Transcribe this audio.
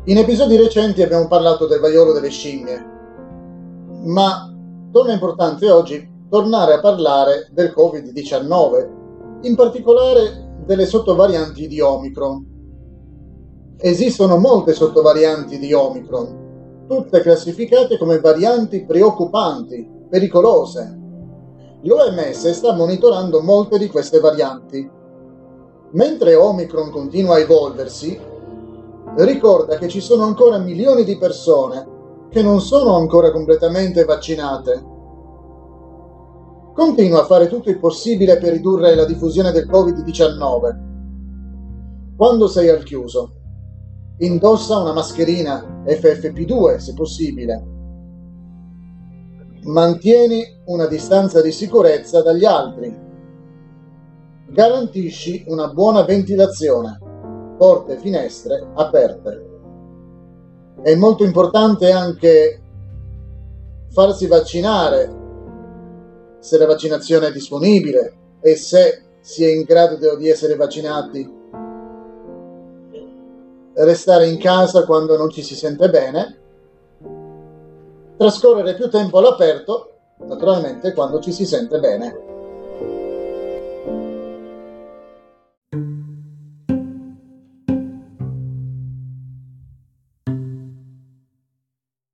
In episodi recenti abbiamo parlato del vaiolo delle scimmie, ma torna importante oggi tornare a parlare del Covid-19, in particolare delle sottovarianti di Omicron. Esistono molte sottovarianti di Omicron, tutte classificate come varianti preoccupanti, pericolose. L'OMS sta monitorando molte di queste varianti. Mentre Omicron continua a evolversi, ricorda che ci sono ancora milioni di persone che non sono ancora completamente vaccinate. Continua a fare tutto il possibile per ridurre la diffusione del Covid-19. Quando sei al chiuso, indossa una mascherina FFP2 se possibile. Mantieni una distanza di sicurezza dagli altri. Garantisci una buona ventilazione. Porte e finestre aperte. È molto importante anche farsi vaccinare se la vaccinazione è disponibile e se si è in grado di essere vaccinati. Restare in casa quando non ci si sente bene. Trascorrere più tempo all'aperto, naturalmente, quando ci si sente bene.